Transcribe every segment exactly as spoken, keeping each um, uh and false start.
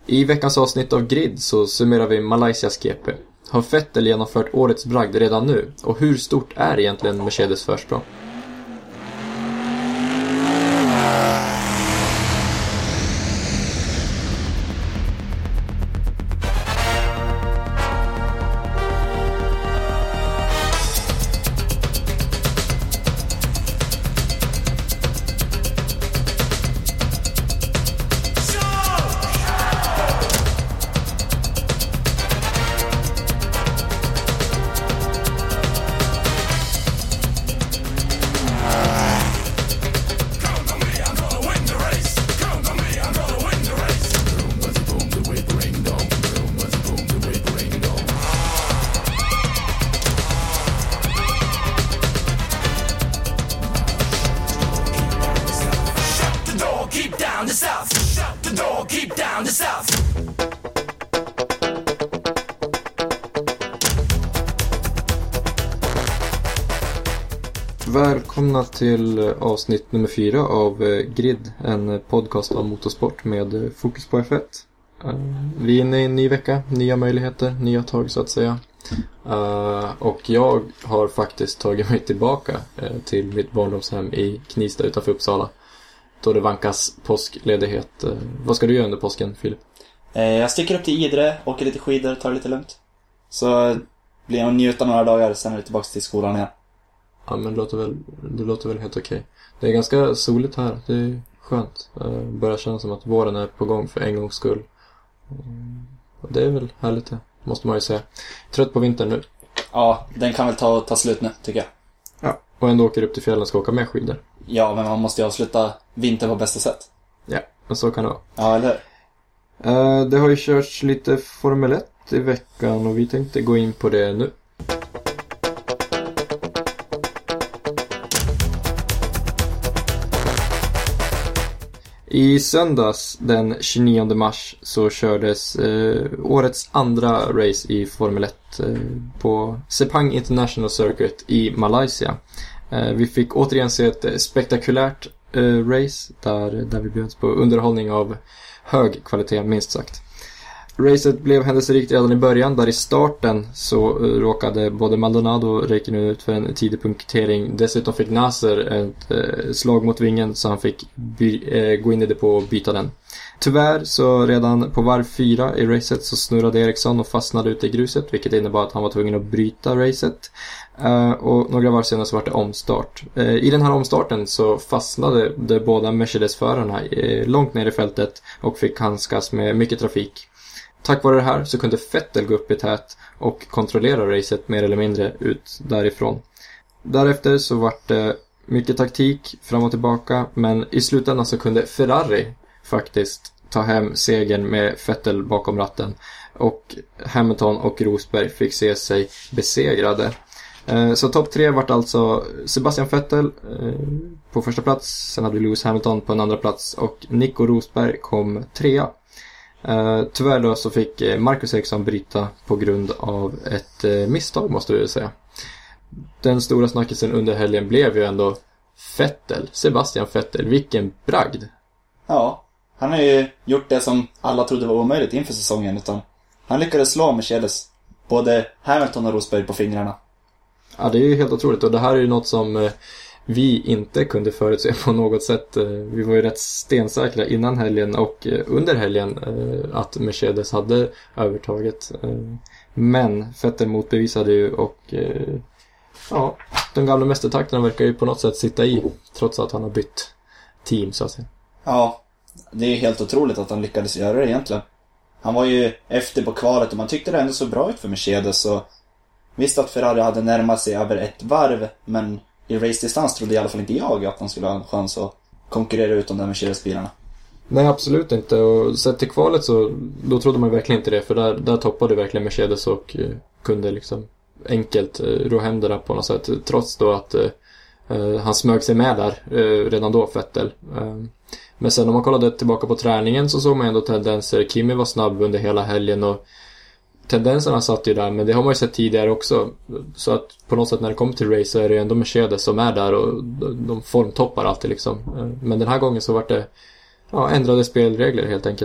I veckans avsnitt av Grid så summerar vi Malaysias G P. Har Vettel genomfört årets bragd redan nu? Och hur stort är egentligen Mercedes försprång? Välkomna till avsnitt nummer fyra av Grid, en podcast om motorsport med fokus på F ett. Vi är inne i en ny vecka, nya möjligheter, nya tag så att säga. Och jag har faktiskt tagit mig tillbaka till mitt barndomshem i Knivsta utanför Uppsala, då det vankas påskledighet. Vad ska du göra under påsken, Filip? Jag sticker upp till Idre, åker lite skidor, tar det lite lugnt. Så blir jag njuta några dagar, sen är jag tillbaka till skolan igen. Ja, men det låter väl, det låter väl helt okej. Det är ganska soligt här, det är skönt. Det börjar kännas som att våren är på gång för en gångs skull. Och det är väl härligt, det måste man ju säga. Trött på vintern nu. Ja, den kan väl ta, ta slut nu, tycker jag. Ja, och ändå åker upp till fjällen och ska åka med skidor. Ja, men man måste ju avsluta vintern på bästa sätt. Ja, men så kan det vara. Ja, eller hur? Det har ju körts lite Formel ett i veckan och vi tänkte gå in på det nu. I söndags den tjugonionde mars så kördes eh, årets andra race i Formel ett eh, på Sepang International Circuit i Malaysia. Eh, vi fick återigen se ett spektakulärt eh, race där, där vi bjöds på underhållning av hög kvalitet, minst sagt. Racet blev händelserikt redan i början, där i starten så råkade både Maldonado och Räikkönen ut för en tidig punktering. Dessutom fick Nasser ett eh, slag mot vingen så han fick by- eh, gå in i det på och byta den. Tyvärr så redan på varv fyra i racet så snurrade Eriksson och fastnade ute i gruset, vilket innebar att han var tvungen att bryta racet. Uh, och några varv senare så var det omstart. Uh, I den här omstarten så fastnade de båda Mercedes-förarna uh, långt ner i fältet och fick handskas med mycket trafik. Tack vare det här så kunde Vettel gå upp i tät och kontrollera racet mer eller mindre ut därifrån. Därefter så var det mycket taktik fram och tillbaka, men i slutändan så kunde Ferrari faktiskt ta hem segern med Vettel bakom ratten och Hamilton och Rosberg fick se sig besegrade. Så topp tre vart alltså Sebastian Vettel på första plats, sen hade vi Lewis Hamilton på en andra plats och Nico Rosberg kom trea. Uh, tyvärr då så fick Marcus Ericsson bryta på grund av ett uh, misstag, måste vi säga. Den stora snackisen under helgen blev ju ändå Vettel, Sebastian Vettel. Vilken bragd! Ja, han har ju gjort det som alla trodde var omöjligt inför säsongen, utan han lyckades slå Mercedes, både Hamilton och Rosberg, på fingrarna. Ja, det är ju helt otroligt, och det här är ju något som uh, vi inte kunde förutse på något sätt. Vi var ju rätt stensäkra innan helgen och under helgen att Mercedes hade övertaget. Men Vettel motbevisade ju och ja, de gamla mästertakterna verkar ju på något sätt sitta i trots att han har bytt team så att säga. Ja, det är helt otroligt att han lyckades göra det egentligen. Han var ju efter på kvalet och man tyckte det ändå så bra ut för Mercedes, så visst att Ferrari hade närmat sig över ett varv, men i race-distans trodde i alla fall inte jag att han skulle ha en chans att konkurrera ut de där Mercedes-bilarna. Nej, absolut inte. Och sett till kvalet så då trodde man verkligen inte det. För där, där toppade verkligen Mercedes och eh, kunde liksom enkelt eh, rå hem det där på något sätt. Trots då att eh, han smög sig med där eh, redan då, Vettel. Eh, men sen om man kollade tillbaka på träningen så såg man ändå tendenser. Kimi var snabb under hela helgen och tendenserna satt ju där, men det har man ju sett tidigare också. Så att på något sätt när det kommer till race så är det ju ändå Mercedes som är där och de formtoppar alltid liksom. Men den här gången så var det ja, ändrade spelregler helt enkelt.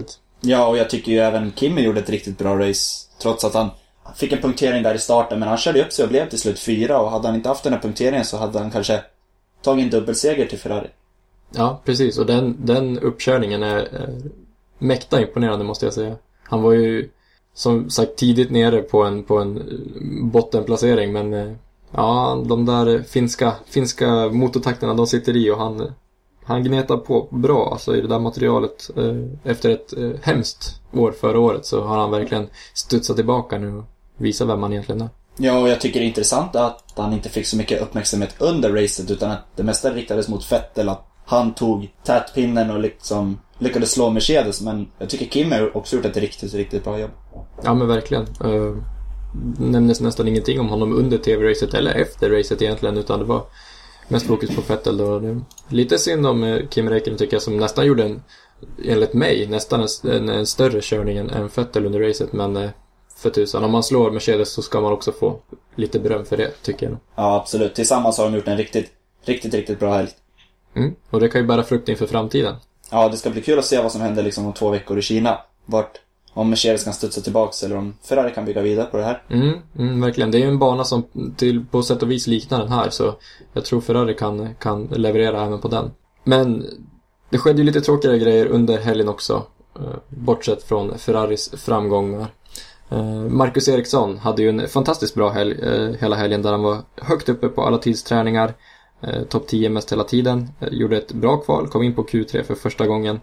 Ja, och jag tycker ju även Kimi gjorde ett riktigt bra race. Trots att han fick en punktering där i starten. Men han körde upp sig och blev till slut fyra. Och hade han inte haft den här punkteringen så hade han kanske tagit en dubbelseger till Ferrari. Ja, precis. Och den, den uppkörningen är, är mäkta imponerande, måste jag säga. Han var ju som sagt tidigt nere på en, på en bottenplacering. Men ja, de där finska, finska motortakterna, de sitter i och han... Han gnetar på bra alltså, i det där materialet. Eh, efter ett eh, hemskt år förra året så har han verkligen studsat tillbaka nu och visat vem han egentligen är. Ja, och jag tycker det är intressant att han inte fick så mycket uppmärksamhet under racet utan att det mesta riktades mot Vettel. Att han tog tätpinnen och liksom lyckades slå Mercedes. Men jag tycker Kimi har också gjort ett riktigt, riktigt bra jobb. Ja, men verkligen. Eh, nämndes nästan ingenting om honom under T V-racet eller efter racet egentligen, utan det var mest fokus på Vettel då. Det är lite synd om Kimi Räikkönen tycker jag, som nästan gjorde en, enligt mig, nästan en, en större körning än Vettel under racet. Men för tusan, om man slår Mercedes så ska man också få lite beröm för det, tycker jag. Ja, absolut. Tillsammans har de gjort en riktigt, riktigt, riktigt bra helg. Mm. Och det kan ju bära frukt inför framtiden. Ja, det ska bli kul att se vad som händer liksom om två veckor i Kina. Vart, om Mercedes kan studsa tillbaks eller om Ferrari kan bygga vidare på det här. Mm, mm, verkligen. Det är ju en bana som till, på sätt och vis liknar den här, så jag tror Ferrari kan, kan leverera även på den. Men det skedde ju lite tråkigare grejer under helgen också, eh, bortsett från Ferraris framgångar. Eh, Marcus Ericsson hade ju en fantastiskt bra helg, eh, hela helgen, där han var högt uppe på alla tidsträningar, eh, topp tio mest hela tiden, eh, gjorde ett bra kval, kom in på Q tre för första gången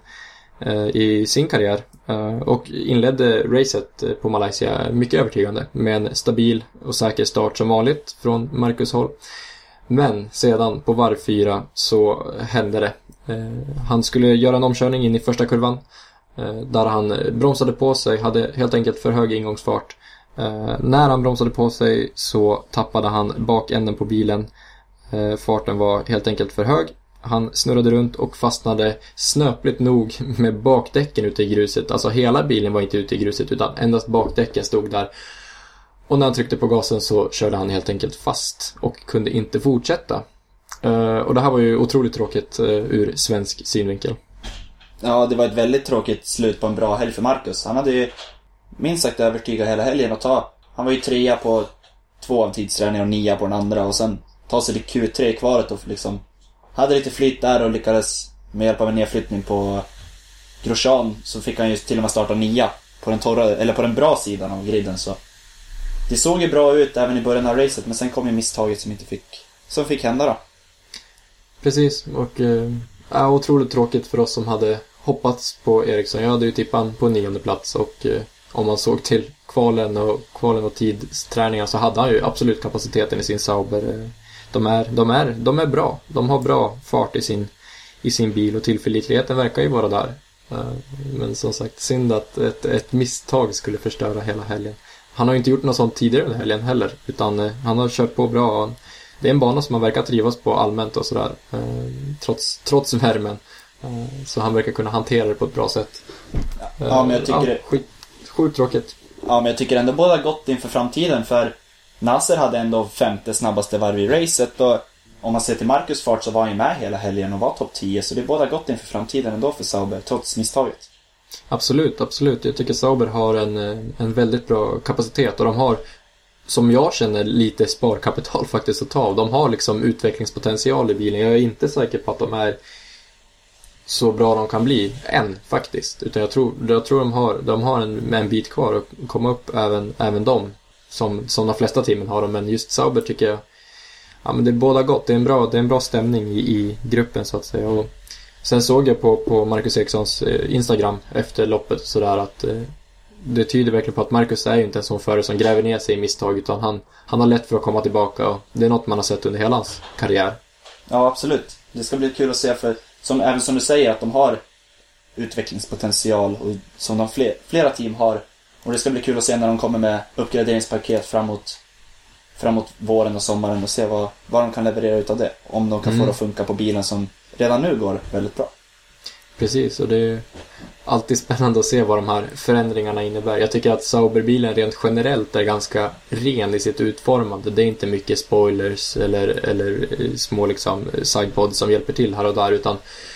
i sin karriär och inledde racet på Malaysia mycket övertygande med en stabil och säker start som vanligt från Marcus håll. Men sedan på varv fyra så hände det. Han skulle göra en omkörning in i första kurvan där han bromsade på sig, hade helt enkelt för hög ingångsfart. När han bromsade på sig så tappade han bakänden på bilen. Farten var helt enkelt för hög. Han snurrade runt och fastnade snöpligt nog med bakdäcken ute i gruset. Alltså hela bilen var inte ute i gruset utan endast bakdäcken stod där. Och när han tryckte på gasen så körde han helt enkelt fast och kunde inte fortsätta. Uh, och det här var ju otroligt tråkigt uh, ur svensk synvinkel. Ja, det var ett väldigt tråkigt slut på en bra helg för Marcus. Han hade ju minst sagt övertygat hela helgen att ta. Han var ju trea på två av tidsträningar och nia på den andra. Och sen ta sig till Q tre i kvalet och liksom hade lite flyt där och lyckades med hjälp av en nedflyttning på Grosjean så fick han ju till och med starta nia på den torra, eller på den bra sidan av griden. Så det såg ju bra ut även i början av racet, men sen kom ju misstaget som inte fick som fick hända då. Precis, och äh, ja, otroligt tråkigt för oss som hade hoppats på Ericsson. Jag hade ju tippat på nionde plats och äh, om man såg till kvalen och kvalen och tidsträningar så hade han ju absolut kapaciteten i sin Sauber. De är, de är, de är bra. De har bra fart i sin, i sin bil och tillförlitligheten verkar ju vara där. Men som sagt, synd att ett, ett misstag skulle förstöra hela helgen. Han har ju inte gjort något sånt tidigare under helgen heller, utan han har kört på bra. Det är en bana som han verkar trivas på allmänt och sådär, trots, trots värmen. Så han verkar kunna hantera det på ett bra sätt. Ja, men jag tycker ja, det... skit, sjukt tråkigt. Ja, men jag tycker ändå båda gott inför framtiden, för Nasser hade ändå femte snabbaste varv i racet och om man ser till Marcus fart så var han ju med hela helgen och var topp tio, så det är båda gott inför framtiden ändå för Sauber, trots misstaget. Absolut, absolut. Jag tycker Sauber har en, en väldigt bra kapacitet och de har, som jag känner, lite sparkapital faktiskt att ta av. De har liksom utvecklingspotential i bilen. Jag är inte säker på att de är så bra de kan bli än faktiskt, utan jag tror, jag tror de har, de har en, en bit kvar att komma upp även, även de. Som, som de flesta teamen har dem, men just Sauber tycker jag, ja, men det är båda gott, det är en bra, det är en bra stämning i, i gruppen så att säga. Och sen såg jag på, på Marcus Ericssons eh, Instagram efter loppet sådär att eh, det tyder verkligen på att Marcus är ju inte en sån förare som gräver ner sig i misstag, utan han, han har lätt för att komma tillbaka och det är något man har sett under hela hans karriär. Ja, absolut. Det ska bli kul att se, för som, även som du säger att de har utvecklingspotential och som de fler, flera team har. Och det ska bli kul att se när de kommer med uppgraderingspaket framåt, framåt våren och sommaren och se vad, vad de kan leverera ut av det. Om de kan mm. få det att funka på bilen som redan nu går väldigt bra. Precis, och det är alltid spännande att se vad de här förändringarna innebär. Jag tycker att Sauberbilen rent generellt är ganska ren i sitt utformande. Det är inte mycket spoilers eller, eller små liksom sidepods som hjälper till här och där, utan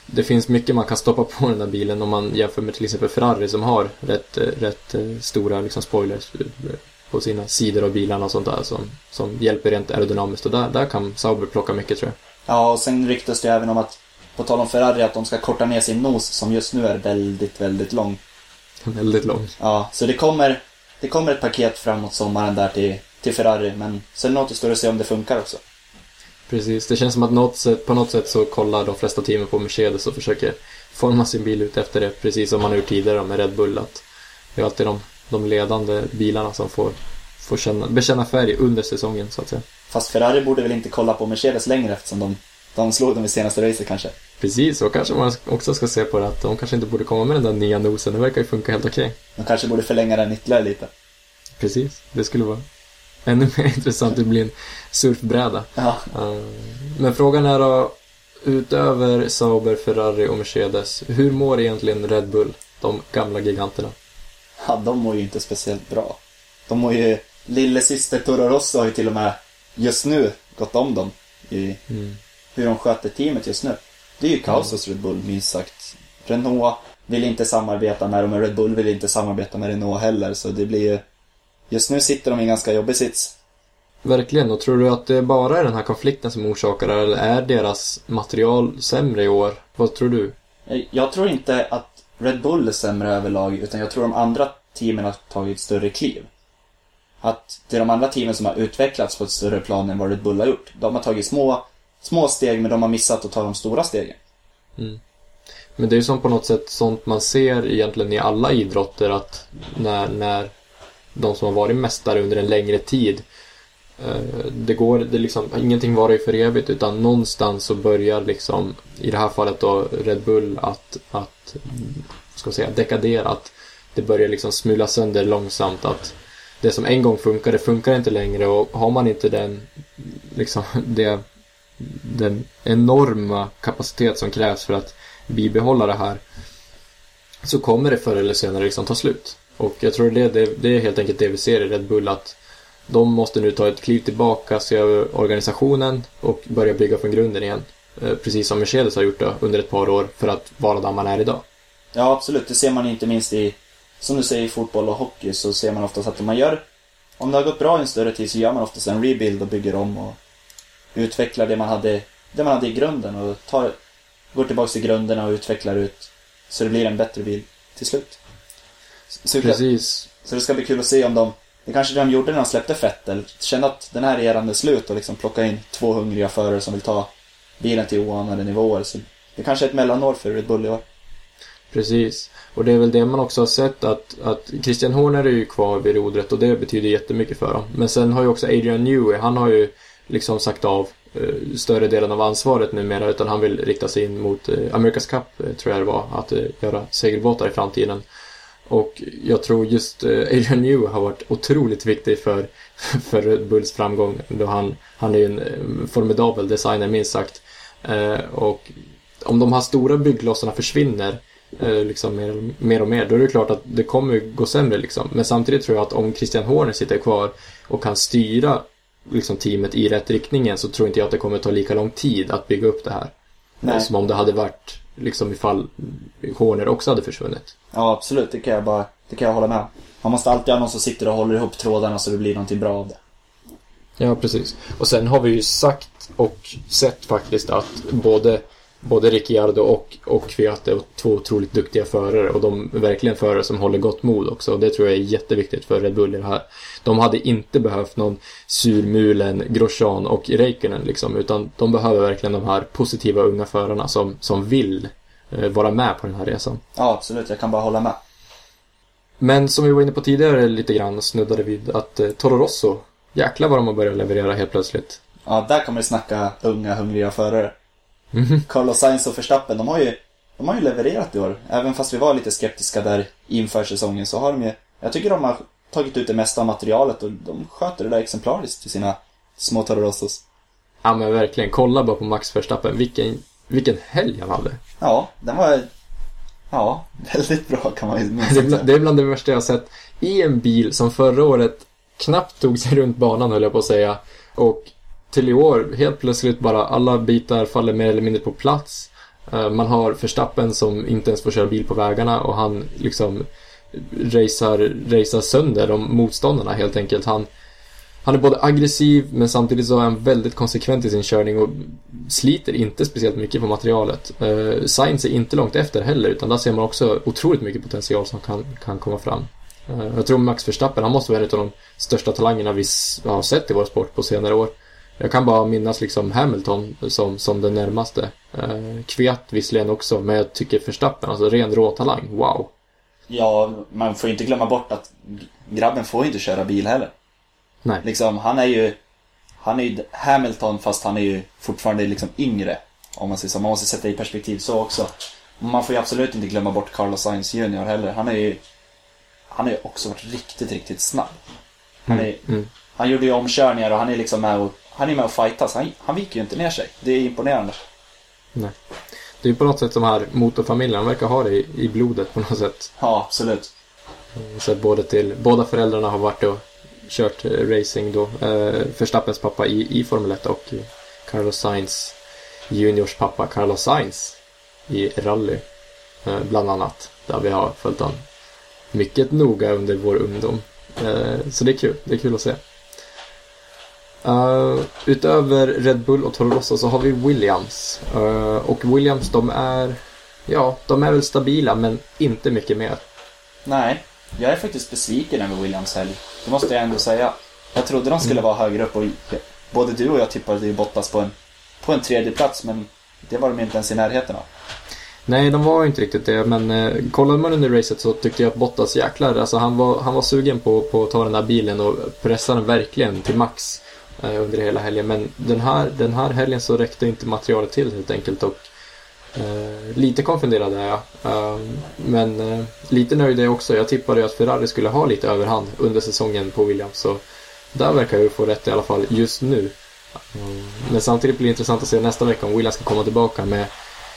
det finns mycket man kan stoppa på den här bilen om man jämför med till exempel Ferrari som har rätt, rätt stora liksom spoilers på sina sidor av bilarna och sånt där som, som hjälper rent aerodynamiskt, och där, där kan Sauber plocka mycket, tror jag. Ja, och sen ryktas det även om att, på tal om Ferrari, att de ska korta ner sin nos som just nu är väldigt, väldigt lång. Väldigt lång. Ja, så det kommer, det kommer ett paket framåt sommaren där till, till Ferrari, men sen återstår det att se om det funkar också. Precis, det känns som att något sätt, på något sätt så kollar de flesta teamen på Mercedes och försöker forma sin bil ut efter det, precis som man har gjort tidigare med Red Bull. Att det är alltid de, de ledande bilarna som får, får känna, bekänna färg under säsongen, så att säga. Fast Ferrari borde väl inte kolla på Mercedes längre eftersom de, de slog dem i senaste racet kanske. Precis, och kanske man också ska se på det att de kanske inte borde komma med den där nya nosen. Det verkar ju funka helt okej. De kanske borde förlänga den ytterligare lite. Precis, det skulle vara ännu mer intressant. Det blir en surfbräda. Ja. Uh, men frågan är då, utöver Sauber, Ferrari och Mercedes, hur mår egentligen Red Bull, de gamla giganterna? Ja, de mår ju inte speciellt bra. De mår ju, lille syster Toro Rosso har ju till och med just nu gått om dem i mm. hur de sköter teamet just nu. Det är ju kaos hos Red Bull, minst sagt. Renault vill inte samarbeta med dem, och Red Bull vill inte samarbeta med Renault heller, så det blir ju, just nu sitter de i en ganska jobbig sits. Verkligen, och tror du att det bara är den här konflikten som orsakar det, eller är deras material sämre i år? Vad tror du? Jag tror inte att Red Bull är sämre överlag, utan jag tror de andra teamen har tagit större kliv. Att det är de andra teamen som har utvecklats på ett större plan än vad Red Bull har gjort. De har tagit små, små steg, men de har missat att ta de stora stegen. Mm. Men det är ju som på något sätt sånt man ser egentligen i alla idrotter, att när, när de som har varit mästare under en längre tid, det går, det liksom, ingenting var ju för evigt, utan någonstans så börjar liksom, i det här fallet då Red Bull att, att ska jag säga, dekadera, att det börjar liksom smula sönder långsamt, att det som en gång funkar, det funkar inte längre, och har man inte den liksom, det, den enorma kapacitet som krävs för att bibehålla det här, så kommer det förr eller senare liksom ta slut. Och jag tror det, det, det är helt enkelt det vi ser i Red Bull, att de måste nu ta ett kliv tillbaka, se över organisationen och börja bygga från grunden igen. Precis som Mercedes har gjort det under ett par år för att vara där man är idag. Ja, absolut. Det ser man inte minst i, som du säger, i fotboll och hockey, så ser man oftast att man gör, om det har gått bra i en större tid, så gör man oftast en rebuild och bygger om och utvecklar det man hade, det man hade i grunden, och tar, går tillbaka till grunderna och utvecklar ut så det blir en bättre bil till slut. Så, Precis. Så det ska bli kul att se om de, det kanske de gjorde när de släppte Vettel, kände att den här eran är slut och liksom plocka in två hungriga förare som vill ta bilen till oanade nivåer. Så det kanske är ett mellanår för Red Bull i år. Precis, och det är väl det man också har sett, att, att Christian Horner är ju kvar vid rodret, och det betyder jättemycket för dem. Men sen har ju också Adrian Newey, han har ju liksom sagt av eh, större delen av ansvaret numera, utan han vill rikta sig in mot eh, America's Cup, eh, tror jag det var, att eh, göra segelbåtar i framtiden. Och jag tror just eh, Adrian Newey har varit otroligt viktig för, för Red Bulls framgång, då han, han är ju en eh, formidabel designer minst sagt. Eh, och om de här stora bygglossarna försvinner eh, liksom mer, mer och mer, då är det klart att det kommer gå sämre liksom. Men samtidigt tror jag att om Christian Horner sitter kvar och kan styra liksom teamet i rätt riktningen, så tror inte jag att det kommer ta lika lång tid att bygga upp det här. Nej. Som om det hade varit liksom ifall Horner också hade försvunnit. Ja, absolut, det kan jag bara, det kan jag hålla med. Man måste alltid ha någon som sitter och håller ihop trådarna så det blir någonting bra av det. Ja, precis. Och sen har vi ju sagt och sett faktiskt att både både Ricciardo och, och Kvyat är två otroligt duktiga förare, och de är verkligen förare som håller gott mod också, och det tror jag är jätteviktigt för Red Bull i det här. De hade inte behövt någon surmulen Grosjean och Räikkönen liksom, utan de behöver verkligen de här positiva unga förarna som, som vill eh, vara med på den här resan. Ja, absolut, jag kan bara hålla med. Men som vi var inne på tidigare lite grann, snuddade vid att eh, Toro Rosso, jäklar vad de har börjat leverera helt plötsligt. Ja, där kan man ju snacka unga, hungriga förare. Mm-hmm. Carlos Sainz och Verstappen, de har ju de har ju levererat i år. Även fast vi var lite skeptiska där inför säsongen, så har de ju, jag tycker de har tagit ut det mesta av materialet, och de sköter det där exemplariskt till sina små Toro Rossos. Ja, men verkligen, kolla bara på Max Verstappen, vilken, vilken helg han hade. Ja, den var ja, väldigt bra kan man ju minst det, är bland, det är bland det värsta jag har sett i en bil som förra året knappt tog sig runt banan, höll jag på att säga, och till i år helt plötsligt bara alla bitar faller mer eller mindre på plats. Uh, man har Verstappen som inte ens får köra bil på vägarna och han liksom racear, racear sönder de motståndarna helt enkelt. Han, han är både aggressiv men samtidigt så är han väldigt konsekvent i sin körning och sliter inte speciellt mycket på materialet. Uh, Sainz är inte långt efter heller, utan där ser man också otroligt mycket potential som kan, kan komma fram. Uh, jag tror Max Verstappen, han måste vara en av de största talangerna vi har sett i vår sport på senare år. Jag kan bara minnas liksom Hamilton som, som den närmaste. Uh, Kviat visserligen också, men jag tycker Verstappen, alltså ren råtalang, wow. Ja, man får inte glömma bort att grabben får inte köra bil heller. Nej. Liksom, han är ju han är ju Hamilton, fast han är ju fortfarande liksom yngre, om man säger så. Man måste sätta i perspektiv så också. Man får ju absolut inte glömma bort Carlos Sainz junior heller. Han är ju han har ju också varit riktigt, riktigt snabb. Han, är, mm. Mm. han gjorde ju omkörningar och han är liksom med och han är med och fightas. Han, han viker ju inte ner sig. Det är imponerande. Nej. Det är ju på något sätt de här motorfamiljerna, de verkar ha det i, i blodet på något sätt. Ja, absolut. Så att både till, båda föräldrarna har varit och kört racing då. Eh, Verstappens pappa i, i Formel ett och Carlos Sainz juniors pappa Carlos Sainz i rally eh, bland annat. Där vi har följt han mycket noga under vår ungdom. Eh, så det är kul, det är kul att se. Uh, utöver Red Bull och Toro Rosso så har vi Williams. Uh, och Williams, de är ja, de är väl stabila men inte mycket mer. Nej, jag är faktiskt besviken över Williams helg. Det måste jag ändå säga. Jag trodde de skulle vara högre upp och både du och jag tippade Bottas på en, på en tredje plats, men det var de inte ens i närheten av. Nej, de var inte riktigt det, men eh, kollade man under racet så tyckte jag att Bottas jäklar, alltså han var, han var sugen på, på att ta den där bilen och pressa den verkligen till max eh, under hela helgen, men den här, den här helgen så räckte inte materialet till helt enkelt och eh, lite konfunderad är jag, eh, men eh, lite nöjd är jag också. Jag tippade att Ferrari skulle ha lite överhand under säsongen på Williams, så där verkar jag få rätt i alla fall just nu. Mm. Men samtidigt blir det intressant att se nästa vecka om Williams ska komma tillbaka med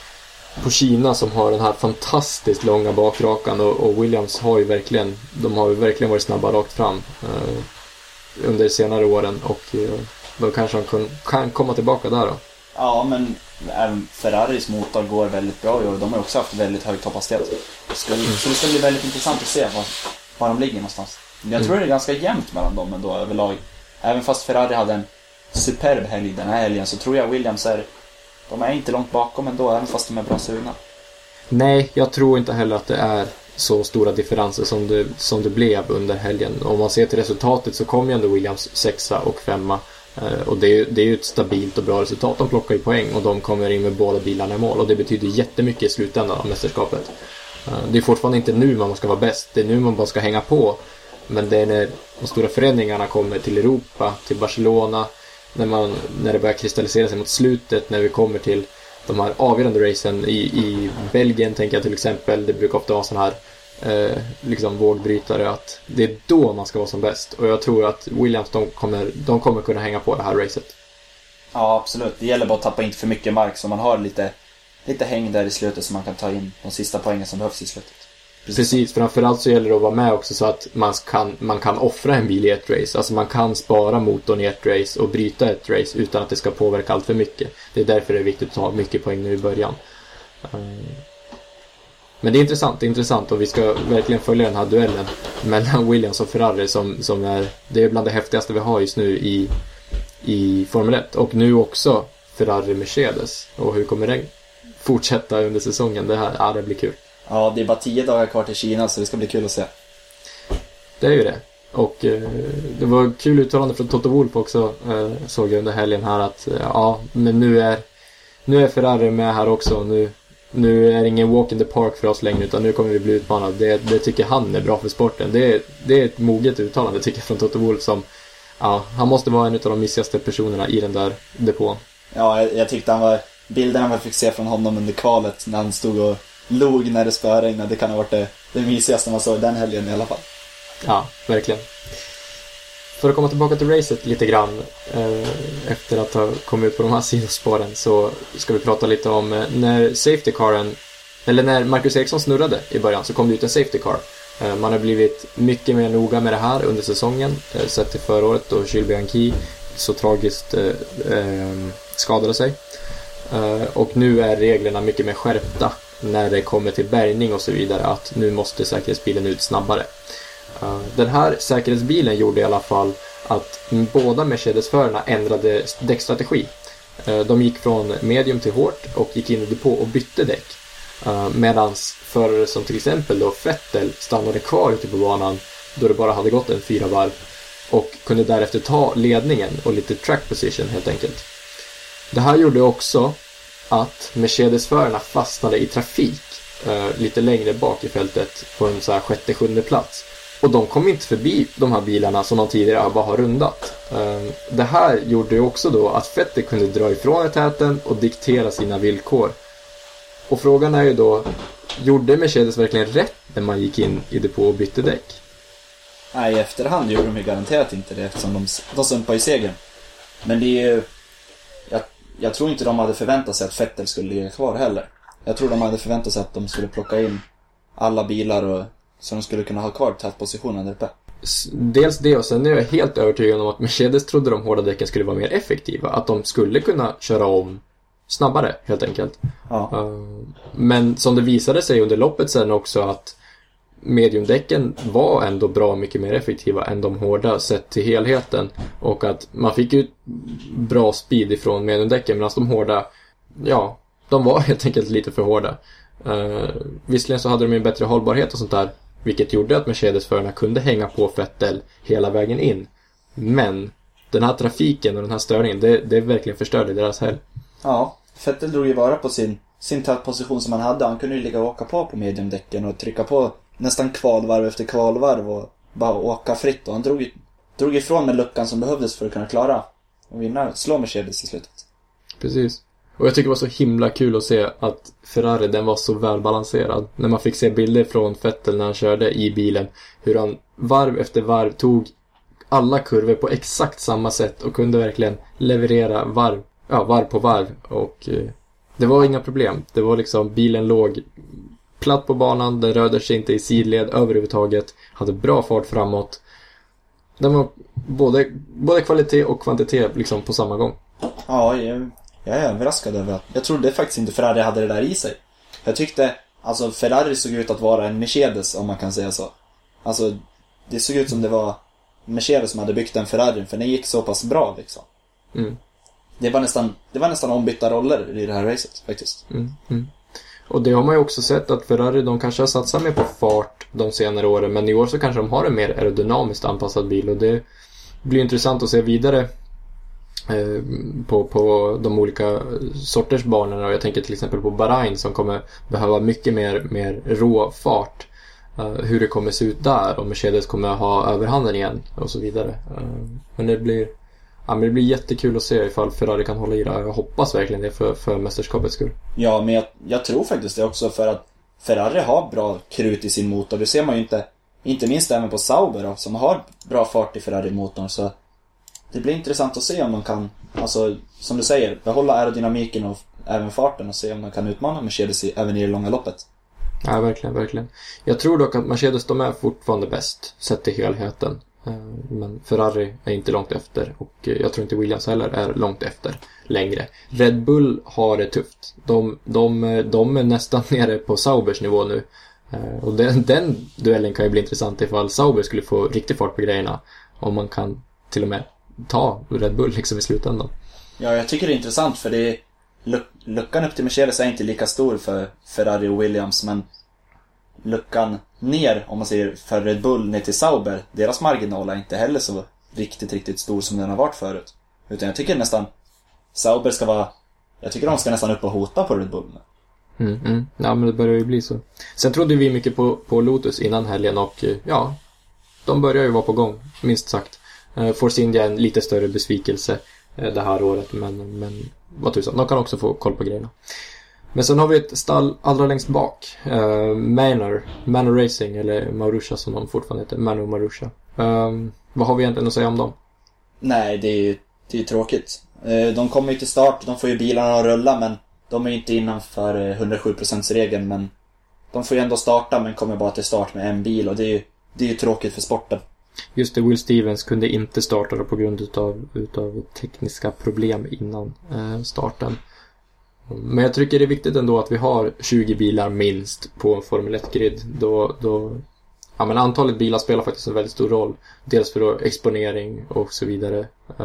på Kina som har den här fantastiskt långa bakrakan och, och Williams har ju verkligen de har ju verkligen varit snabba rakt fram eh, under senare åren och eh, då kanske de kan, kan komma tillbaka där då. Ja, men även Ferraris motor går väldigt bra och de har också haft väldigt hög topphastighet. Så mm. det ska bli väldigt intressant att se var, var de ligger någonstans. Jag tror mm. det är ganska jämnt mellan dem ändå överlag. Även fast Ferrari hade en superb helg den här helgen så tror jag Williams är de är inte långt bakom ändå, även fast de är bra sugna. Nej, jag tror inte heller att det är så stora differenser som det, som det blev under helgen. Om man ser till resultatet så kom ju ändå Williams sexa och femma. Eh, och det är, det är ju ett stabilt och bra resultat. De plockar ju poäng och de kommer in med båda bilarna i mål. Och det betyder jättemycket i slutändan av mästerskapet. Eh, det är fortfarande inte nu man ska vara bäst. Det är nu man bara ska hänga på. Men det är när de stora förändringarna kommer till Europa, till Barcelona, när, man, när det börjar kristallisera sig mot slutet, när vi kommer till de här avgörande racen i, i Belgien tänker jag till exempel, det brukar ofta vara sån här eh, liksom vågbrytare, att det är då man ska vara som bäst, och jag tror att Williams de kommer, de kommer kunna hänga på det här racet. Ja, absolut, det gäller bara att tappa inte för mycket mark så man har lite, lite häng där i slutet så man kan ta in de sista poängen som behövs i slutet. Precis, Precis framförallt så gäller det att vara med också så att man kan, man kan offra en bil i ett race. Alltså man kan spara motorn i ett race och bryta ett race utan att det ska påverka allt för mycket. Det är därför det är viktigt att ta mycket poäng nu i början. Men det är intressant, det är intressant och vi ska verkligen följa den här duellen mellan Williams och Ferrari som, som är, det är bland det häftigaste vi har just nu i, i Formel ett. Och nu också Ferrari-Mercedes. Och hur kommer det fortsätta under säsongen? Det här, ja, det blir kul. Ja, det är bara tio dagar kvar till Kina så det ska bli kul att se. Det är ju det. Och eh, det var kul uttalande från Toto Wolff också, eh, såg jag under helgen här att eh, ja, men nu är nu är Ferrari med här också. Nu, nu är det ingen walk in the park för oss längre utan nu kommer vi bli utmanade. Det, det tycker han är bra för sporten. Det är, det är ett moget uttalande tycker jag från Toto Wolff som, ja, han måste vara en av de missigaste personerna i den där depån. Ja, jag, jag tyckte han var, bilderna man fick se från honom under kvalet när han stod och log när det spöregnade, det kan ha varit det, det mysigaste man såg den helgen i alla fall. Ja, verkligen. För att komma tillbaka till racet lite grann eh, efter att ha kommit ut på de här sidospåren så ska vi prata lite om eh, när safety caren, eller när Marcus Ericsson snurrade i början så kom det ut en safety car. Eh, man har blivit mycket mer noga med det här under säsongen, eh, sett till förra året då Jules Bianchi så tragiskt eh, eh, skadade sig. Uh, och nu är reglerna mycket mer skärpta när det kommer till bärgning och så vidare, att nu måste säkerhetsbilen ut snabbare. Uh, den här säkerhetsbilen gjorde i alla fall att båda Mercedes-förarna ändrade däckstrategi. Uh, de gick från medium till hårt och gick in i depå och bytte däck. Uh, medans förare som till exempel då Vettel stannade kvar ute på banan då det bara hade gått en fyra varv och kunde därefter ta ledningen och lite track position helt enkelt. Det här gjorde också att Mercedes-förarna fastnade i trafik uh, lite längre bak i fältet på en så här sjätte, sjunde plats. Och de kom inte förbi de här bilarna som de tidigare bara har rundat. Uh, det här gjorde ju också då att Vettel kunde dra ifrån i täten och diktera sina villkor. Och frågan är ju då, gjorde Mercedes verkligen rätt när man gick in i depå och bytte däck? Nej, i efterhand gjorde de ju garanterat inte det eftersom de, de sumpade i segern. Men det är ju... Jag, jag tror inte de hade förväntat sig att Vettel skulle ligga kvar heller. Jag tror de hade förväntat sig att de skulle plocka in alla bilar och, så de skulle kunna ha kvar tätpositionen där uppe. Dels det, och sen är jag helt övertygad om att Mercedes trodde de hårda däcken skulle vara mer effektiva. Att de skulle kunna köra om snabbare helt enkelt. Ja. Men som det visade sig under loppet sen också att mediumdäcken var ändå bra mycket mer effektiva än de hårda sett till helheten. Och att man fick ju bra speed ifrån mediumdäcken, medan de hårda, ja, de var helt enkelt lite för hårda. Visserligen så hade de ju en bättre hållbarhet och sånt där, vilket gjorde att Mercedes-förarna kunde hänga på Vettel hela vägen in. Men den här trafiken och den här störningen, det, det verkligen förstörde deras helg. Ja, Vettel drog ju vara på sin, sin tätposition som han hade. Han kunde ju ligga och åka på på mediumdäcken och trycka på nästan kvalvarv efter kvalvarv och bara åka fritt. Och han drog, drog ifrån med luckan som behövdes för att kunna klara och vinna, slå Mercedes i slutet. Precis. Och jag tycker det var så himla kul att se att Ferrari, den var så välbalanserad. När man fick se bilder från Vettel när han körde i bilen, hur han varv efter varv tog alla kurvor på exakt samma sätt och kunde verkligen leverera varv, ja, varv på varv. Och eh, det var inga problem. Det var liksom, bilen låg platt på banan, den rörde sig inte i sidled överhuvudtaget, hade bra fart framåt. Den var både, både kvalitet och kvantitet liksom på samma gång. Ja, jag, jag är överraskad över att jag trodde faktiskt inte Ferrari hade det där i sig. Jag tyckte, alltså Ferrari såg ut att vara en Mercedes, om man kan säga så. Alltså, det såg ut som det var Mercedes som hade byggt en Ferrari, för den gick så pass bra liksom. Mm. Det var nästan, det var nästan ombytta roller i det här racet faktiskt. Mm, mm. Och det har man ju också sett att Ferrari, de kanske har satsat mer på fart de senare åren, men i år så kanske de har en mer aerodynamiskt anpassad bil, och det blir intressant att se vidare eh, på, på de olika sorters banorna. Och jag tänker till exempel på Bahrain som kommer behöva mycket mer, mer rå fart, eh, hur det kommer se ut där, och Mercedes kommer ha överhanden igen och så vidare. Eh, men det blir Ja, men det blir jättekul att se ifall Ferrari kan hålla i det. Jag hoppas verkligen det för, för mästerskapets skull. Ja, men jag, jag tror faktiskt det också, för att Ferrari har bra krut i sin motor. Det ser man ju inte, inte minst även på Sauber då, som har bra fart i Ferrari-motorn. Så det blir intressant att se om de kan, alltså som du säger, behålla aerodynamiken och även farten, och se om de kan utmana Mercedes i, även i det långa loppet. Ja, verkligen, verkligen. Jag tror dock att Mercedes, de är fortfarande bäst sett till helheten. Men Ferrari är inte långt efter, och jag tror inte Williams heller är långt efter längre. Red Bull har det tufft. De, de, de är nästan nere på Saubers nivå nu. Och den, den duellen kan ju bli intressant ifall Sauber skulle få riktig fart på grejerna. Om man kan till och med ta Red Bull liksom i slutändan. Ja, jag tycker det är intressant, för det är, luckan upp till Mercedes är inte lika stor för Ferrari och Williams, men luckan ner, om man säger för Red Bull ner till Sauber, deras marginal är inte heller så riktigt, riktigt stor som den har varit förut. Utan jag tycker nästan Sauber ska vara, jag tycker de ska nästan upp och hota på Red Bull. Mm, mm. Ja, men det börjar ju bli så. Sen trodde vi mycket på, på Lotus innan helgen, och ja, de börjar ju vara på gång, minst sagt. Force India en lite större besvikelse det här året, men, men vad tusan, de kan också få koll på grejerna. Men sen har vi ett stall allra längst bak, uh, Manor, Manor Racing, eller Marussia som de fortfarande heter, Manor Marussia. Um, vad har vi egentligen att säga om dem? Nej, det är ju det är tråkigt. Uh, de kommer ju till start, de får ju bilarna att rulla, men de är ju inte innanför hundrasju procent-regeln, men de får ju ändå starta, men kommer bara till start med en bil, och det är ju, det är ju tråkigt för sporten. Just det, Will Stevens kunde inte starta på grund utav, utav tekniska problem innan uh, starten. Men jag tycker det är viktigt ändå att vi har tjugo bilar minst på en Formel ett-grid. Då, då, ja, men antalet bilar spelar faktiskt en väldigt stor roll. Dels för exponering och så vidare.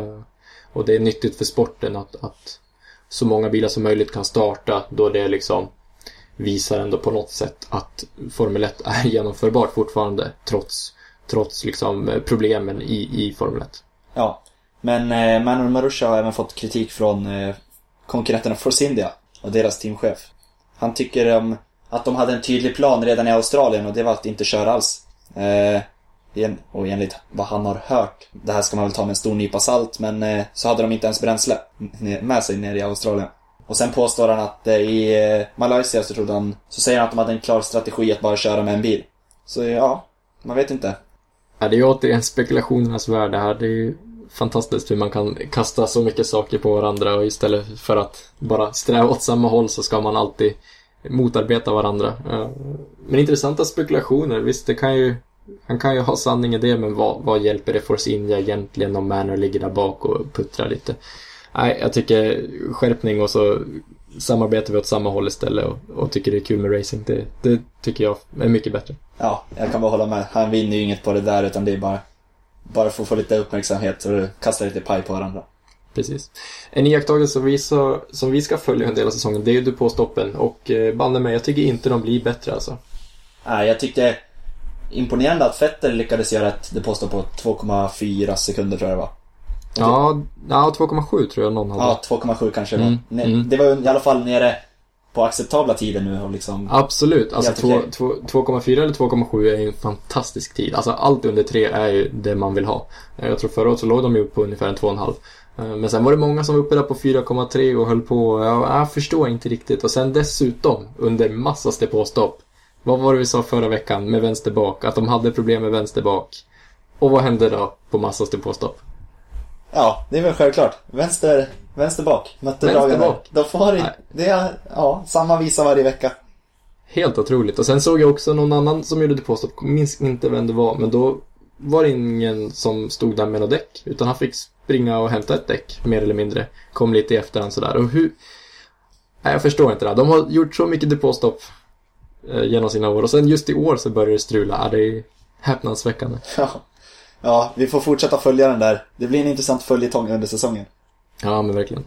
Och det är nyttigt för sporten att, att så många bilar som möjligt kan starta, då det liksom visar ändå på något sätt att Formel ett är genomförbart fortfarande trots, trots liksom problemen i, i Formel ett. Ja, men eh, Manuel Marussia har även fått kritik från eh, konkurrenterna Force India och deras teamchef. Han tycker um, att de hade en tydlig plan redan i Australien, och det var att inte köra alls. Eh, och enligt vad han har hört, det här ska man väl ta med en stor nypa salt, men eh, så hade de inte ens bränsle med sig nere i Australien. Och sen påstår han att eh, i eh, Malaysia så trodde han, så säger han att de hade en klar strategi att bara köra med en bil. Så ja, man vet inte. Ja, det är ju återigen spekulationernas värld det här. Det är ju fantastiskt hur man kan kasta så mycket saker på varandra, och istället för att bara sträva åt samma håll så ska man alltid motarbeta varandra. Men intressanta spekulationer, visst, det kan ju, han kan ju ha sanning i det, men vad, vad hjälper det Force India egentligen om Manor ligger där bak och puttrar lite? Nej, jag tycker skärpning, och så samarbetar vi åt samma håll istället, och, och tycker det är kul med racing. Det, det tycker jag är mycket bättre. Ja, jag kan bara hålla med. Han vinner ju inget på det där, utan det är bara bara för att få lite uppmärksamhet och kasta lite paj på varandra. Precis. En iakttagelse som vi, så, som vi ska följa en del av säsongen, det är ju depåstoppen, och eh, banne mig, jag tycker inte de blir bättre alltså. Nej, jag tyckte imponerande att Vettel lyckades göra ett depåstopp på två komma fyra sekunder, tror jag det var. Ja, ja, två komma sju tror jag någon hade. Ja, två komma sju kanske. Mm, var. mm. Det var i alla fall nere på acceptabla tider nu. Och liksom, absolut, alltså två komma fyra eller två komma sju är en fantastisk tid. Alltså allt under tre är ju det man vill ha. Jag tror förra året så låg de ju på ungefär en två komma fem. Men sen var det många som var uppe där på fyra komma tre och höll på. Jag, jag förstår inte riktigt. Och sen dessutom under massas depåstopp. Vad var det vi sa förra veckan med vänster bak? Att de hade problem med vänster bak. Och vad hände då på massas depåstopp? Ja, det är väl självklart. Vänster, vänster bak. Mötte vänster bak. Då får det, det är ja, samma visa varje vecka. Helt otroligt. Och sen såg jag också någon annan som gjorde depåstopp. Minns inte vem det var, men då var det ingen som stod där med något däck, utan han fick springa och hämta ett däck, mer eller mindre. Kom lite i efterhand sådär. Och hur... Nej, jag förstår inte det. De har gjort så mycket depåstopp eh, genom sina år. Och sen just i år så börjar det strula. Ja, det är häpnadsväckande. Ja. Ja, vi får fortsätta följa den där. Det blir en intressant följetong under säsongen. Ja, men verkligen.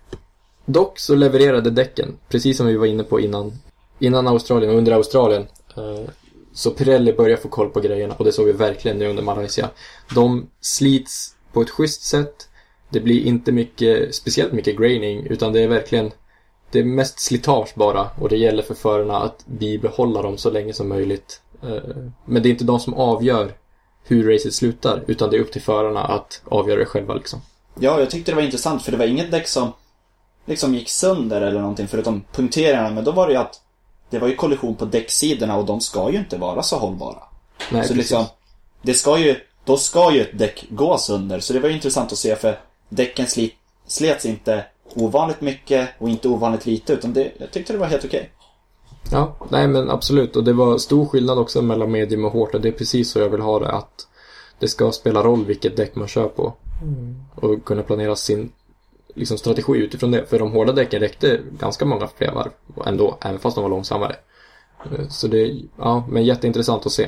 Dock så levererade däcken, precis som vi var inne på innan, innan Australien och under Australien. Eh, så Pirelli börjar få koll på grejerna, och det såg vi verkligen nu under Malaysia. De slits på ett schysst sätt. Det blir inte mycket, speciellt mycket graining, utan det är verkligen, det är mest slitage bara, och det gäller för förarna att bibehålla dem så länge som möjligt. Eh, men det är inte de som avgör hur racet slutar, utan det är upp till förarna att avgöra det själva liksom. Ja, jag tyckte det var intressant, för det var inget däck som liksom gick sönder eller någonting, förutom punkteringarna, men då var det ju att det var ju kollision på däcksidorna, och de ska ju inte vara så hållbara. Nej, så liksom, det ska ju, då ska ju ett däck gå sönder, så det var ju intressant att se, för däcken slit, slets inte ovanligt mycket och inte ovanligt lite, utan det, jag tyckte det var helt okej. Ja, nej men absolut, och det var stor skillnad också mellan medium och hårt, och det är precis så jag vill ha det, att det ska spela roll vilket däck man kör på, mm. och kunna planera sin liksom, strategi utifrån det, för de hårda däcken räckte ganska många fler varv ändå, även fast de var långsammare. Så det, ja, men jätteintressant att se.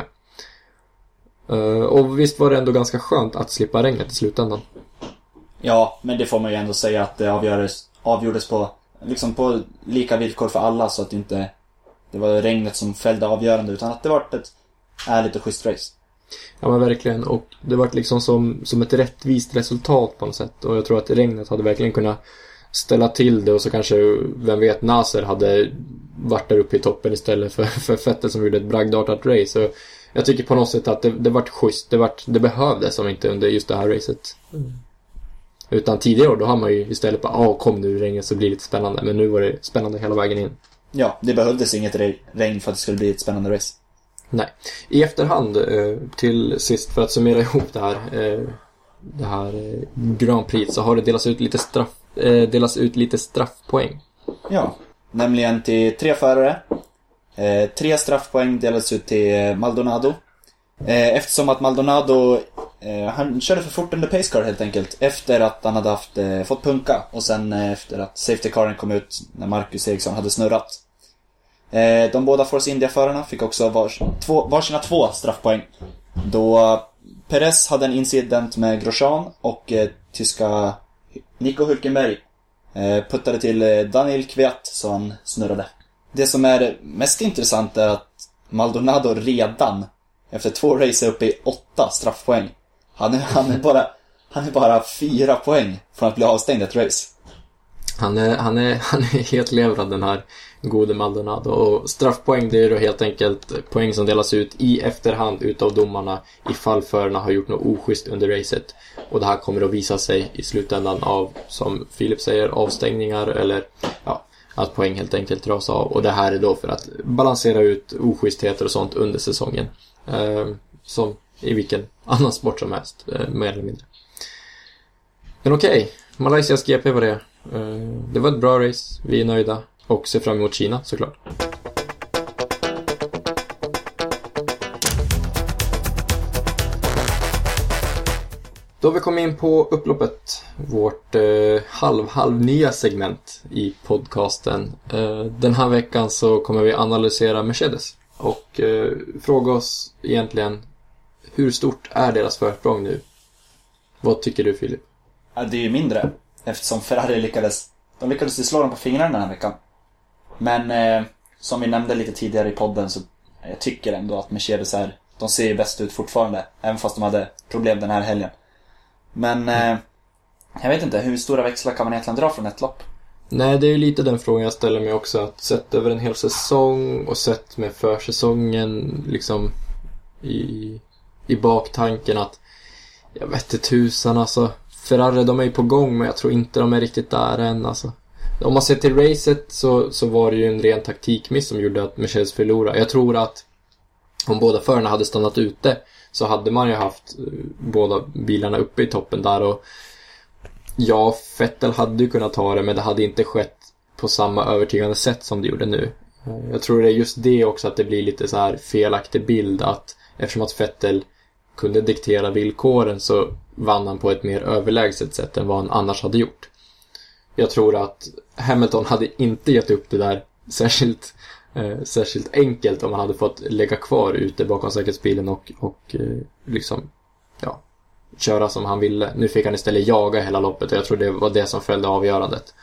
Och visst var det ändå ganska skönt att slippa regnet i slutändan. Ja, men det får man ju ändå säga att det avgjordes, avgjordes på, liksom på lika villkor för alla, så att inte det var regnet som fällde avgörande, utan att det var ett ärligt och schysst race. Ja, men verkligen, och det var liksom som, som ett rättvist resultat på något sätt, och jag tror att regnet hade verkligen kunnat ställa till det, och så kanske, vem vet, Nasser hade varit där uppe i toppen istället för, för Vettel som gjorde ett bragdartat race. Så jag tycker på något sätt att det, det var schysst, det, var, det behövdes som inte under just det här racet. Mm. Utan tidigare år, då har man ju istället bara, åh, kom nu regnet så blir det lite spännande. Men nu var det spännande hela vägen in. Ja, det behövdes inget regn för att det skulle bli ett spännande race. Nej. I efterhand, till sist, för att summera ihop det här, det här Grand Prix, så har det delats ut lite straff, delats ut lite straffpoäng. Ja, nämligen till tre förare. Tre straffpoäng delades ut till Maldonado. Eftersom att Maldonado eh, han körde för fort under pace car helt enkelt. Efter att han hade haft, eh, fått punka. Och sen eh, efter att safety caren kom ut när Marcus Ericsson hade snurrat. Eh, de båda Force India-förarna fick också vars, två, varsina två straffpoäng. Då Perez hade en incident med Grosjean och eh, tyska Nico Hülkenberg eh, puttade till eh, Daniel Kvyat så han snurrade. Det som är mest intressant är att Maldonado redan efter två race är uppe i åtta straffpoäng. Han är, han är, bara, han är bara fyra poäng från att bli avstängd ett race. Han är, han är, han är helt levrad, den här gode Maldonado. Och straffpoäng, det är då helt enkelt poäng som delas ut i efterhand utav domarna ifall förarna har gjort något oschysst under racet. Och det här kommer att visa sig i slutändan av, som Filip säger, avstängningar eller ja, att poäng helt enkelt dras av. Och det här är då för att balansera ut oschystheter och sånt under säsongen. Eh, som i vilken annan sport som helst, eh, mer eller mindre. Men okej, okay. Malaysias G P var det. Eh, det var ett bra race, vi är nöjda. Och ser fram emot Kina såklart. Då har vi kommit in på upploppet. Vårt eh, halv-halv nya segment i podcasten. Eh, den här veckan så kommer vi analysera Mercedes. Och eh, fråga oss egentligen, hur stort är deras försprång nu? Vad tycker du, Filip? Ja, det är ju mindre. Eftersom Ferrari lyckades, de lyckades slå dem på fingrarna den här veckan. Men eh, som vi nämnde lite tidigare i podden så jag tycker ändå att Mercedes är, de ser ju bäst ut fortfarande. Även fast de hade problem den här helgen. Men eh, jag vet inte, hur stora växlar kan man egentligen dra från ett lopp? Nej, det är ju lite den frågan jag ställer mig också. Att sett över en hel säsong och sett med försäsongen liksom i, i baktanken att jag vet inte tusan alltså. Ferrari, de är ju på gång, men jag tror inte de är riktigt där än alltså. Om man ser till racet så, så var det ju en ren taktikmiss som gjorde att Mercedes förlorade. Jag tror att om båda förarna hade stannat ute så hade man ju haft båda bilarna uppe i toppen där. Och ja, Vettel hade ju kunnat ta det, men det hade inte skett på samma övertygande sätt som det gjorde nu. Jag tror det är just det också, att det blir lite så här felaktig bild, att eftersom att Vettel kunde diktera villkoren så vann han på ett mer överlägset sätt än vad han annars hade gjort. Jag tror att Hamilton hade inte gett upp det där särskilt, eh, särskilt enkelt om han hade fått lägga kvar ute bakom säkerhetsbilen och, och eh, liksom ja, köra som han ville. Nu fick han istället jaga hela loppet och jag tror det var det som följde avgörandet.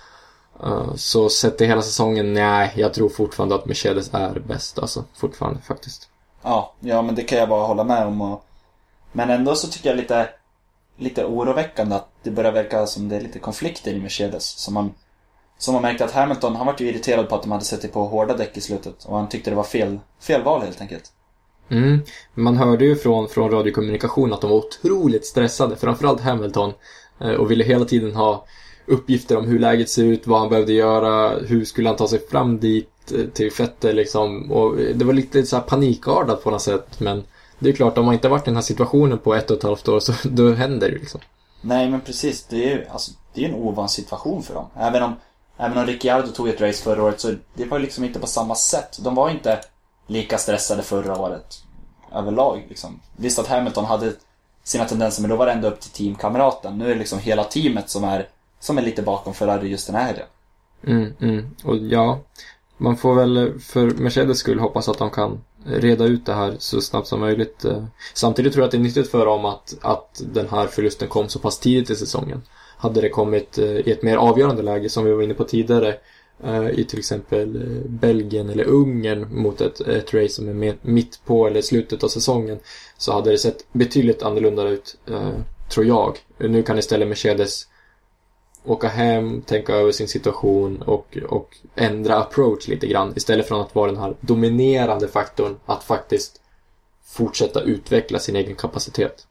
Uh, så sett i hela säsongen, nej, jag tror fortfarande att Mercedes är bäst, alltså fortfarande faktiskt. Ja, ja men det kan jag bara hålla med om. Och... Men ändå så tycker jag lite lite oroväckande att det börjar verka som det är lite konflikter i Mercedes. Som man, som man märkte att Hamilton, han var ju irriterad på att de hade sett på hårda däck i slutet. Och han tyckte det var fel, fel val helt enkelt. Mm. Man hörde ju från, från radiokommunikation att de var otroligt stressade, framförallt Hamilton. Och ville hela tiden ha uppgifter om hur läget ser ut, vad han behövde göra, hur skulle han ta sig fram dit till Vettel liksom. Och det var lite så här panikartat på något sätt, men det är klart, om man inte varit i den här situationen på ett och ett halvt år så då händer det liksom. Nej, men precis, det är ju alltså, det är en ovan situation för dem. Även om, även om Ricciardo tog ett race förra året så det var liksom inte på samma sätt. De var inte lika stressade förra året överlag liksom. Visst att Hamilton hade sina tendenser, men då var det ändå upp till teamkamraten. Nu är det liksom hela teamet som är som är lite bakom Ferrari just den här helgen. Mm, mm. Och ja, man får väl för Mercedes skull hoppas att de kan reda ut det här så snabbt som möjligt. Samtidigt tror jag att det är nyttigt för dem att, att den här förlusten kom så pass tidigt i säsongen. Hade det kommit i ett mer avgörande läge som vi var inne på tidigare i till exempel Belgien eller Ungern mot ett, ett race som är mitt på eller slutet av säsongen, så hade det sett betydligt annorlunda ut, tror jag. Nu kan istället Mercedes åka hem, tänka över sin situation och, och ändra approach lite grann istället för att vara den här dominerande faktorn att faktiskt fortsätta utveckla sin egen kapacitet.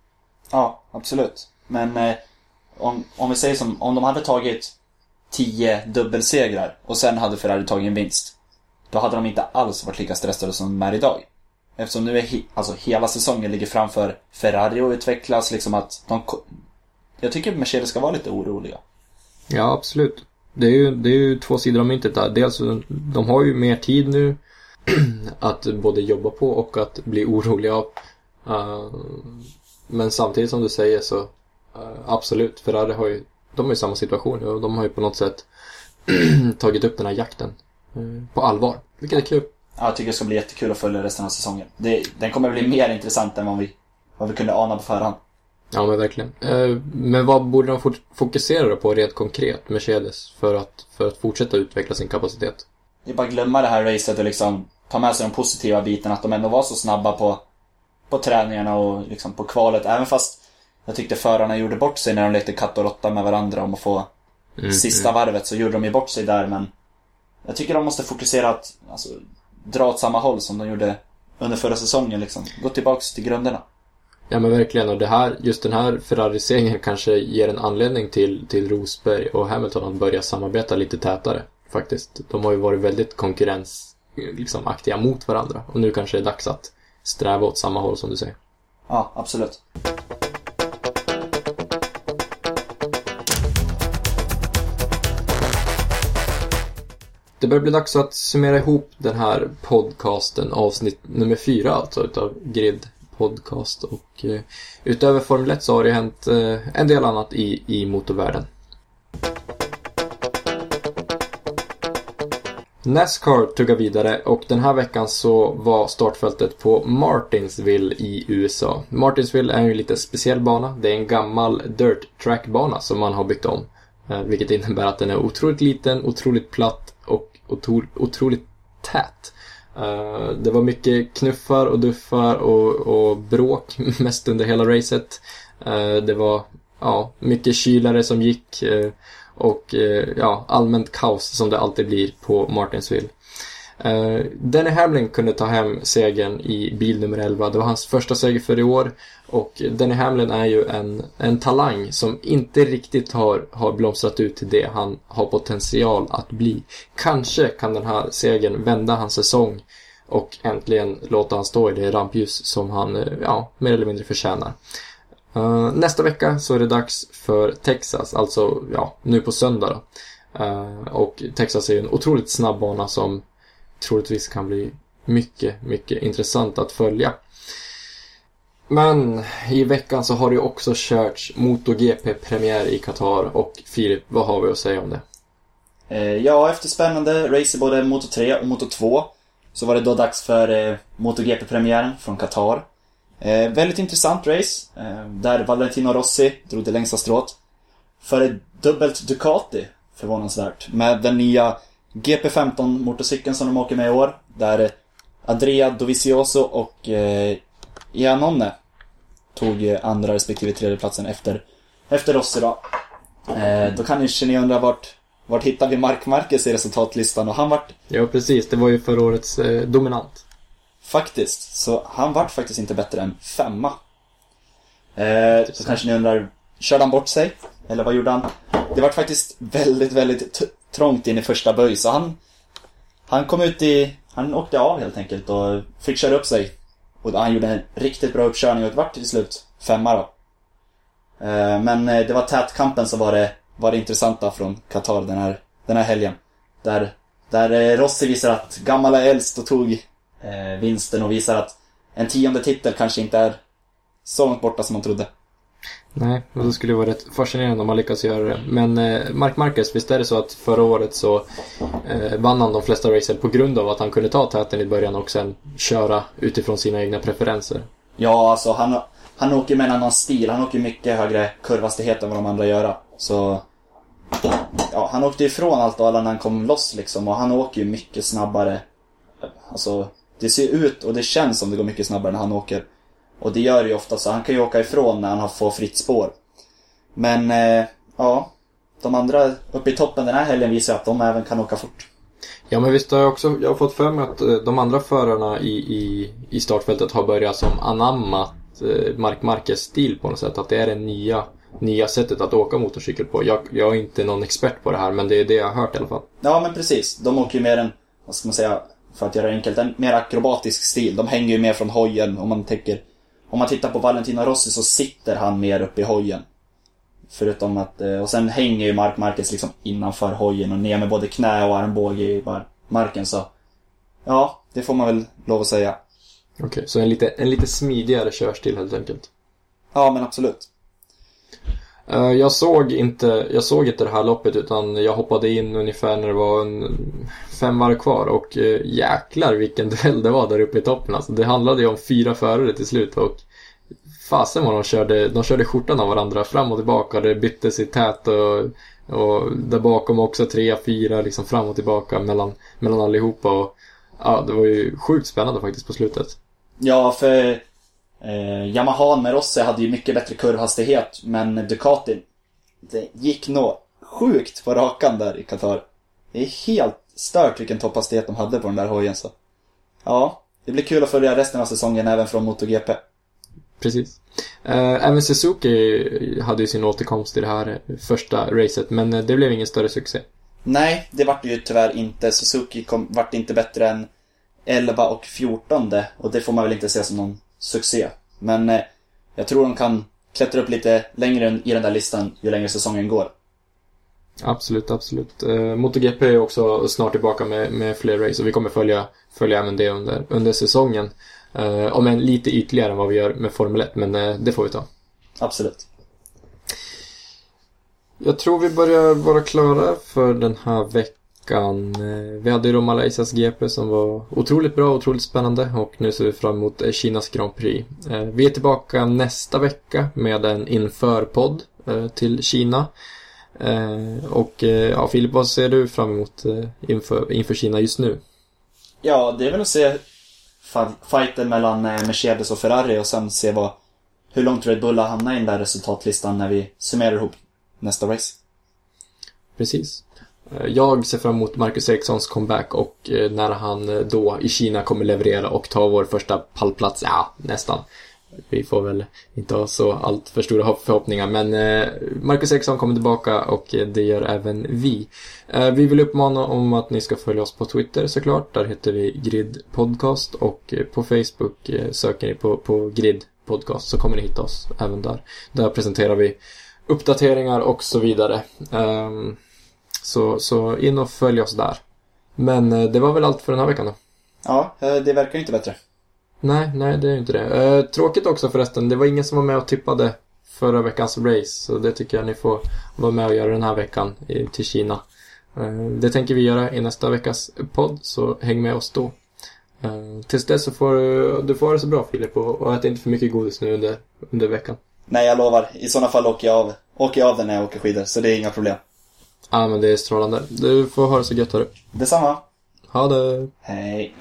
Ja, absolut. Men eh, om, om vi säger som om de hade tagit tio dubbelsegrar och sen hade Ferrari tagit en vinst, då hade de inte alls varit lika stressade som de är idag. Eftersom nu är he, alltså hela säsongen ligger framför Ferrari och utvecklas liksom att de... Jag tycker att Mercedes ska vara lite oroliga. Ja, absolut. Det är ju, det är ju två sidor av myntet där. Dels, de har ju mer tid nu att både jobba på och att bli oroliga av. Uh, men samtidigt som du säger så uh, absolut, Ferrari har ju, de är i samma situation och de har ju på något sätt tagit upp den här jakten uh, på allvar, vilket är kul. Ja, jag tycker det ska bli jättekul att följa resten av säsongen. Det, den kommer bli mer intressant än vad vi, vad vi kunde ana på förhand. Ja, men verkligen. Uh, men vad borde de fort- fokusera på rent konkret, Mercedes, för att, för att fortsätta utveckla sin kapacitet? Det är bara att glömma det här racet och liksom ta med sig de positiva bitarna, att de ändå var så snabba på, på träningarna och liksom på kvalet. Även fast jag tyckte förarna gjorde bort sig när de lekte katt och råtta med varandra om att få mm, sista mm. varvet, så gjorde de ju bort sig där. Men jag tycker de måste fokusera att alltså, dra åt samma håll som de gjorde under förra säsongen. Liksom. Gå tillbaks till grunderna. Ja, men verkligen. Och det här, just den här Ferrari-segern kanske ger en anledning till, till Rosberg och Hamilton att börja samarbeta lite tätare. Faktiskt. De har ju varit väldigt konkurrens liksom, aktiga mot varandra. Och nu kanske det är dags att sträva åt samma håll som du säger. Ja, absolut. Det börjar bli dags att summera ihop den här podcasten, avsnitt nummer fyra alltså, utav Grid podcast. Och eh, utöver Formel ett så har det hänt eh, en del annat i, i motorvärlden. NASCAR tuggar vidare och den här veckan så var startfältet på Martinsville i U S A. Martinsville är en lite speciell bana. Det är en gammal dirt track bana som man har byggt om. Eh, vilket innebär att den är otroligt liten, otroligt platt och otro, otroligt tät. Uh, det var mycket knuffar och duffar och, och bråk mest under hela racet. Uh, det var ja, mycket kylare som gick uh, och uh, ja, allmänt kaos som det alltid blir på Martinsville. Uh, Denny Hamlin kunde ta hem segern i bil nummer elva. Det var hans första seger för i år. Och Denny Hamlin är ju en, en talang som inte riktigt har, har blomstrat ut till det han har potential att bli. Kanske kan den här segern vända hans säsong och äntligen låta han stå i det rampljus som han ja, mer eller mindre förtjänar. Uh, nästa vecka så är det dags för Texas, alltså ja, nu på söndag då. Uh, och Texas är ju en otroligt snabb bana som troligtvis kan bli mycket, mycket intressant att följa. Men i veckan så har det också körts MotoGP-premiär i Qatar. Och Filip, vad har vi att säga om det? Eh, ja, efter spännande race i både Moto tre och Moto två så var det då dags för eh, MotoGP-premiären från Qatar. Eh, väldigt intressant race eh, där Valentino Rossi drog det längsta strået för ett dubbelt Ducati, förvånansvärt, med den nya G P femton motorcykeln som de åker med i år, där Andrea Dovizioso och eh, Iannone tog andra respektive tredje platsen efter, efter Rossi då. Eh, då kan ni undra vart, vart hittar vi Marc Marquez i resultatlistan, och han vart... Ja, precis, det var ju förra årets eh, dominant. Faktiskt, så han vart faktiskt inte bättre än femma. Eh, så kanske ni undrar, körde han bort sig? Eller vad gjorde han? Det var faktiskt väldigt, väldigt t- trångt in i första böj, så han, han kom ut i... Han åkte av helt enkelt och fick köra upp sig. Och han gjorde en riktigt bra uppkörning och det var till slut femma då. Eh, men det var tätkampen som var det, var det intressanta från Qatar den här, den här helgen. Där, där Rossi visar att gammal är äldst och tog eh, vinsten och visar att en tionde titel kanske inte är så långt borta som man trodde. Nej, och det skulle vara rätt fascinerande om man lyckas göra det. Men eh, Marc Marquez, visst är det så att förra året så eh, vann han de flesta racer på grund av att han kunde ta täten i början och sen köra utifrån sina egna preferenser? Ja, alltså han, han åker med en annan stil. Han åker mycket högre kurvhastighet än vad de andra gör. Så ja, han åkte ifrån allt och alla när han kom loss liksom. Och han åker ju mycket snabbare. Alltså, det ser ut och det känns som det går mycket snabbare när han åker. Och det gör det ju ofta, så han kan ju åka ifrån när han har fått fritt spår. Men eh, ja, de andra uppe i toppen den här helgen visar att de även kan åka fort. Ja, men visst har jag också jag har fått för mig att de andra förarna i, i, i startfältet har börjat som anammat eh, Marc Marquez stil på något sätt. Att det är det nya, nya sättet att åka motorcykel på. Jag, jag är inte någon expert på det här, men det är det jag har hört i alla fall. Ja, men precis. De åker ju mer en, vad ska man säga, för att göra det enkelt, en mer akrobatisk stil. De hänger ju mer från hojen. Om man tänker, om man tittar på Valentino Rossi så sitter han mer uppe i hojen. Förutom att, och sen hänger ju Marc Marquez liksom innanför hojen och ner med både knä och armbåge i marken, så ja, det får man väl lov att säga. Okej, okay, så en lite, en lite smidigare körstil helt enkelt. Ja, men absolut. Uh, jag såg inte jag såg inte det här loppet, utan jag hoppade in ungefär när det var en fem varv kvar, och uh, jäklar vilken duell det var där uppe i toppen. Alltså, det handlade ju om fyra förare till slut, och fasen vad de körde, de körde skjortan av varandra fram och tillbaka. Det byttes i tät, och, och där bakom också tre, fyra liksom fram och tillbaka mellan, mellan allihopa. Och ja, det var ju sjukt spännande faktiskt på slutet. Ja, för eh, Yamaha med Rossi hade ju mycket bättre kurvhastighet, men Ducati, det gick nog sjukt på rakan där i Qatar. Det är helt stört vilken topphastighet de hade på den där hojen. Så ja, det blir kul att följa resten av säsongen även från MotoGP. Precis. Uh, även Suzuki hade ju sin återkomst i det här första racet, men det blev ingen större succé. Nej, det vart ju tyvärr inte. Suzuki kom, vart inte bättre än elva och fjorton, och det får man väl inte se som någon succé. Men eh, jag tror de kan klättra upp lite längre i den där listan ju längre säsongen går. Absolut, absolut. Uh, MotoGP är också snart tillbaka med, med fler race, och vi kommer följa, följa även det under, under säsongen. Uh, om en lite ytterligare än vad vi gör med Formel ett, men uh, det får vi ta. Absolut. Jag tror vi börjar vara klara för den här veckan. Uh, vi hade ju då Malaysias G P som var otroligt bra, otroligt spännande, och nu ser vi fram emot uh, Kinas Grand Prix. Uh, vi är tillbaka nästa vecka med en införpodd uh, till Kina. Uh, och uh, ja, Filip, vad ser du fram emot uh, inför, inför Kina just nu? Ja, det är väl att se fighten mellan Mercedes och Ferrari, och sen se vad, hur långt Red Bull har hamnat i den där resultatlistan när vi summerar ihop nästa race. Precis. Jag ser fram emot Marcus Erikssons comeback, och när han då i Kina kommer leverera och ta vår första pallplats. Ja, nästan. Vi får väl inte ha så allt för stora förhoppningar, men Marcus Eriksson kommer tillbaka, och det gör även vi. Vi vill uppmana om att ni ska följa oss på Twitter såklart. Där heter vi Grid Podcast, och på Facebook söker ni på, på Grid Podcast så kommer ni hitta oss även där. Där presenterar vi uppdateringar och så vidare. Så, så in och följ oss där. Men det var väl allt för den här veckan då? Ja, det verkar inte bättre. Nej, nej det är inte det. Eh, tråkigt också förresten, det var ingen som var med och tippade förra veckans race, så det tycker jag ni får vara med och göra den här veckan i, till Kina. Eh, det tänker vi göra i nästa veckas podd, så häng med oss då. Eh, tills dess så får du, du får det så bra, Filip, och, och ät inte för mycket godis nu under, under veckan. Nej, jag lovar. I sådana fall åker jag av, åker jag av den när jag åker skidor, så det är inga problem. Ja, ah, men det är strålande. Du får ha det så gött, hörru. Detsamma. Ha det. Hej.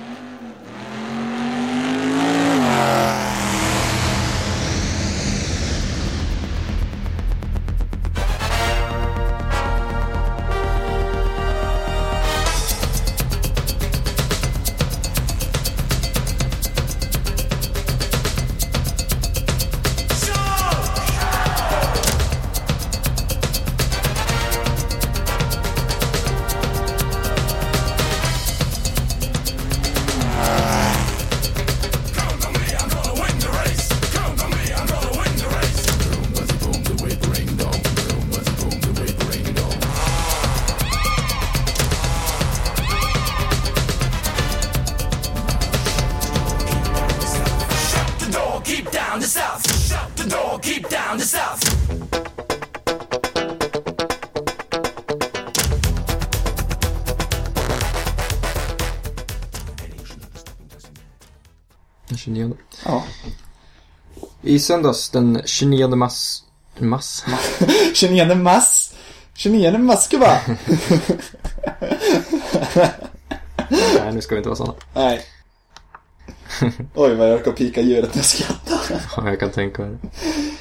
tjugonionde. Ja. I söndags den tjugonionde mars... Mars? tjugonionde mars? tjugonionde Moskva? Nej, nu ska vi inte vara såna. Nej. Oj, vad jag orkar pika djuret när jag skrattar. Ja, jag kan tänka mig det.